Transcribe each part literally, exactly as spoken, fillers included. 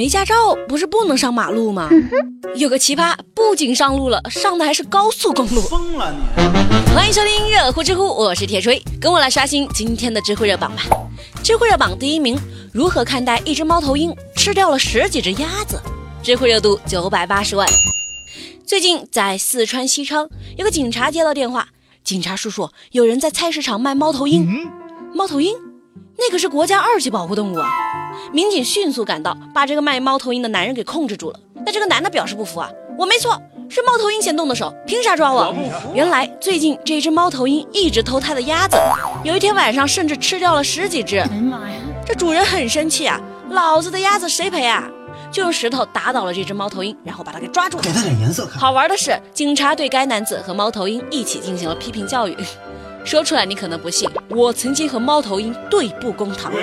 没驾照不是不能上马路吗？有个奇葩不仅上路了，上的还是高速公路。 疯了你！ 欢迎收听热乎知乎，我是铁锤，跟我来刷新今天的知乎热榜吧。知乎热榜第一名，如何看待一只猫头鹰吃掉了十几只鸭子？知乎热度九百八十万。最近在四川西昌，有个警察接到电话，警察叔叔，有人在菜市场卖猫头鹰。嗯、猫头鹰？那可是国家二级保护动物啊！民警迅速赶到，把这个卖猫头鹰的男人给控制住了。但这个男的表示不服啊，我没错，是猫头鹰先动的手，凭啥抓我？原来最近这只猫头鹰一直偷他的鸭子，有一天晚上甚至吃掉了十几只。这主人很生气啊，老子的鸭子谁赔啊？就用石头打倒了这只猫头鹰，然后把它给抓住， 给它点颜色看。 好玩的是，警察对该男子和猫头鹰一起进行了批评教育。说出来你可能不信，我曾经和猫头鹰对簿公堂。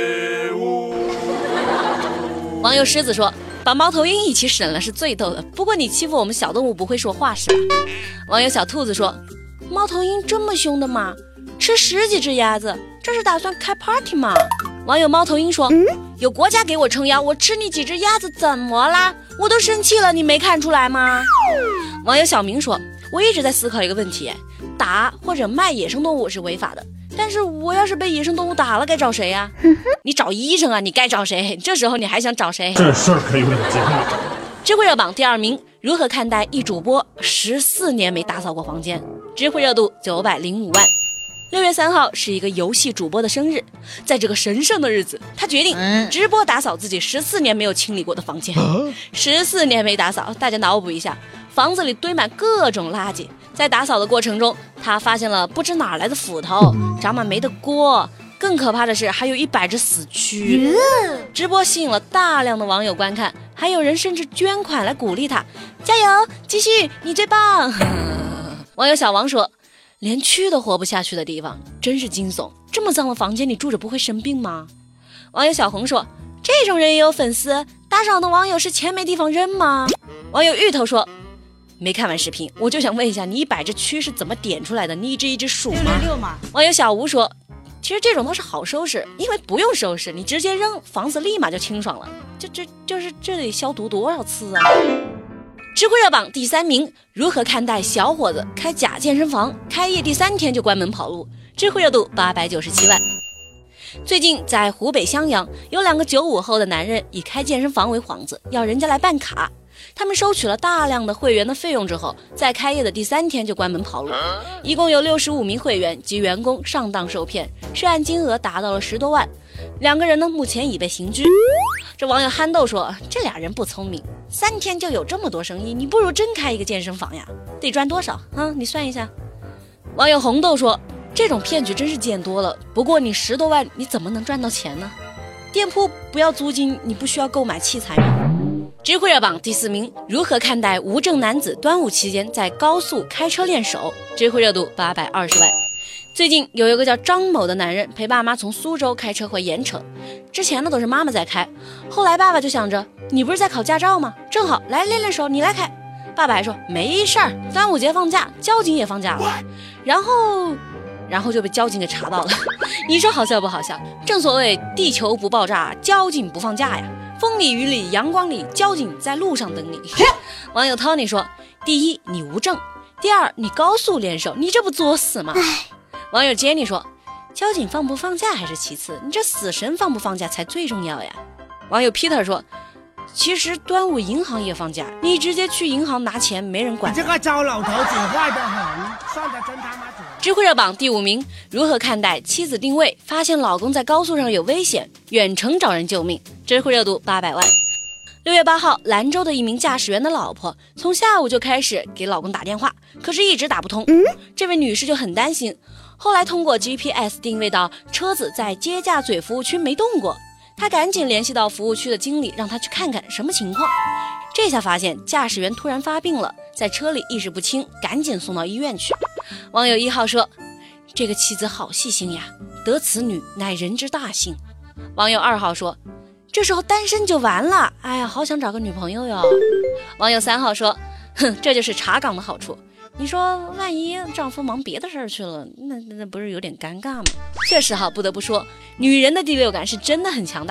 网友狮子说，把猫头鹰一起审了是最逗的，不过你欺负我们小动物不会说话是吧？网友小兔子说，猫头鹰这么凶的吗？吃十几只鸭子，这是打算开 party 吗？网友猫头鹰说，嗯、有国家给我撑腰，我吃你几只鸭子怎么啦？我都生气了，你没看出来吗？网友小明说，我一直在思考一个问题，打或者卖野生动物是违法的，但是我要是被野生动物打了该找谁呀、啊？你找医生啊，你该找谁？这时候你还想找谁？ 这事儿可有点结棍。 知乎热榜第二名，如何看待一主播十四年没打扫过房间？知乎热度九百零五万。六月三号是一个游戏主播的生日，在这个神圣的日子，他决定直播打扫自己十四年没有清理过的房间。十四年没打扫，大家脑补一下，房子里堆满各种垃圾。在打扫的过程中，他发现了不知哪来的斧头，长满霉的锅，更可怕的是还有一百只死蛆。直播吸引了大量的网友观看，还有人甚至捐款来鼓励他，加油，继续，你最棒。网友小王说，连蛆都活不下去的地方真是惊悚，这么脏的房间里住着不会生病吗？网友小红说，这种人也有粉丝，打赏的网友是钱没地方扔吗？网友芋头说，没看完视频，我就想问一下，你一百只蛆是怎么点出来的？你一只一只数吗？网友小吴说，其实这种都是好收拾，因为不用收拾，你直接扔，房子立马就清爽了。这这就是这得消毒多少次啊？知乎热榜第三名，如何看待小伙子开假健身房，开业第三天就关门跑路？知乎热度八百九十七万。最近在湖北襄阳，有两个九五后的男人以开健身房为幌子，要人家来办卡。他们收取了大量的会员的费用之后，在开业的第三天就关门跑路。一共有六十五名会员及员工上当受骗，涉案金额达到了十多万。两个人呢，目前已被刑拘。这网友憨豆说，这俩人不聪明，三天就有这么多生意，你不如真开一个健身房呀，得赚多少啊？你算一下。网友红豆说，这种骗局真是见多了，不过你十多万你怎么能赚到钱呢？店铺不要租金，你不需要购买器材吗？知乎热榜第四名，如何看待无证男子端午期间在高速开车练手？知乎热度八百二十万。最近有一个叫张某的男人陪爸妈从苏州开车回盐城，之前呢都是妈妈在开，后来爸爸就想着，你不是在考驾照吗？正好来练练手，你来开。爸爸还说没事儿，端午节放假，交警也放假了。然后然后就被交警给查到了。你说好笑不好笑？正所谓地球不爆炸，交警不放假呀。风里雨里阳光里，交警在路上等你。网友 Tony 说，第一你无证，第二你高速练手，你这不作死吗？网友 Jenny 说，交警放不放假还是其次，你这死神放不放假才最重要呀。网友 Peter 说，其实端午银行也放假，你直接去银行拿钱没人管。 你这个糟老头子坏得很，算得真他妈准。 知乎热榜第五名，如何看待妻子定位发现老公在高速上有危险，远程找人救命？知乎热度八百万。六月八号，兰州的一名驾驶员的老婆从下午就开始给老公打电话，可是一直打不通。这位女士就很担心，后来通过 G P S 定位到车子在接驾嘴服务区没动过，她赶紧联系到服务区的经理，让他去看看什么情况。这下发现驾驶员突然发病了，在车里意识不清，赶紧送到医院去。网友一号说，这个妻子好细心呀，得此女乃人之大幸。网友二号说，这时候单身就完了，哎呀，好想找个女朋友哟。网友三号说，哼，这就是查岗的好处，你说万一丈夫忙别的事儿去了，那那不是有点尴尬吗？确实哈，不得不说，女人的第六感是真的很强大。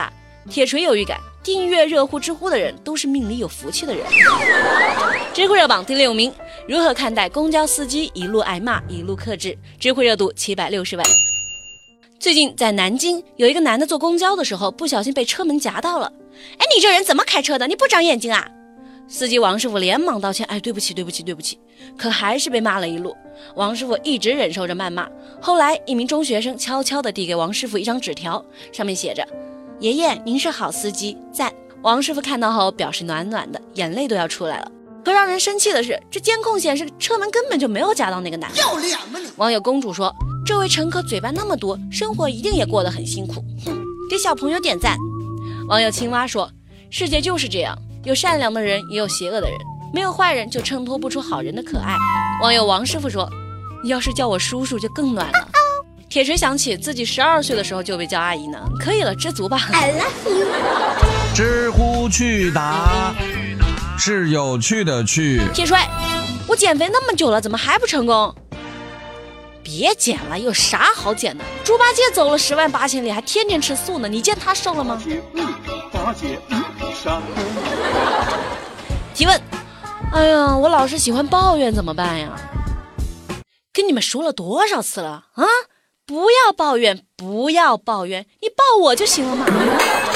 铁锤有预感，订阅热乎知乎的人都是命里有福气的人。知乎热榜第六名，如何看待公交司机一路挨骂一路克制？知乎热度七百六十万。最近在南京，有一个男的坐公交的时候不小心被车门夹到了。哎，你这人怎么开车的？你不长眼睛啊？司机王师傅连忙道歉，哎，对不起对不起对不起，可还是被骂了一路。王师傅一直忍受着谩骂，后来一名中学生悄悄地递给王师傅一张纸条，上面写着：爷爷您是好司机，赞。王师傅看到后表示暖暖的，眼泪都要出来了。可让人生气的是，这监控显示车门根本就没有夹到那个男的。 要脸吗你？ 网友公主说，这位乘客嘴巴那么多，生活一定也过得很辛苦，哼，给小朋友点赞。网友青蛙说，世界就是这样，有善良的人也有邪恶的人，没有坏人就衬托不出好人的可爱。网友王师傅说，你要是叫我叔叔就更暖了。铁锤想起自己十二岁的时候就被叫阿姨呢，可以了，知足吧。I love you。 知乎趣答是有趣的趣。 铁锤，我减肥那么久了，怎么还不成功？别减了，有啥好减的？猪八戒走了十万八千里，还天天吃素呢，你见他瘦了吗？ 八戒提问，哎呀，我老是喜欢抱怨怎么办呀？跟你们说了多少次了啊？不要抱怨，不要抱怨，你抱我就行了嘛。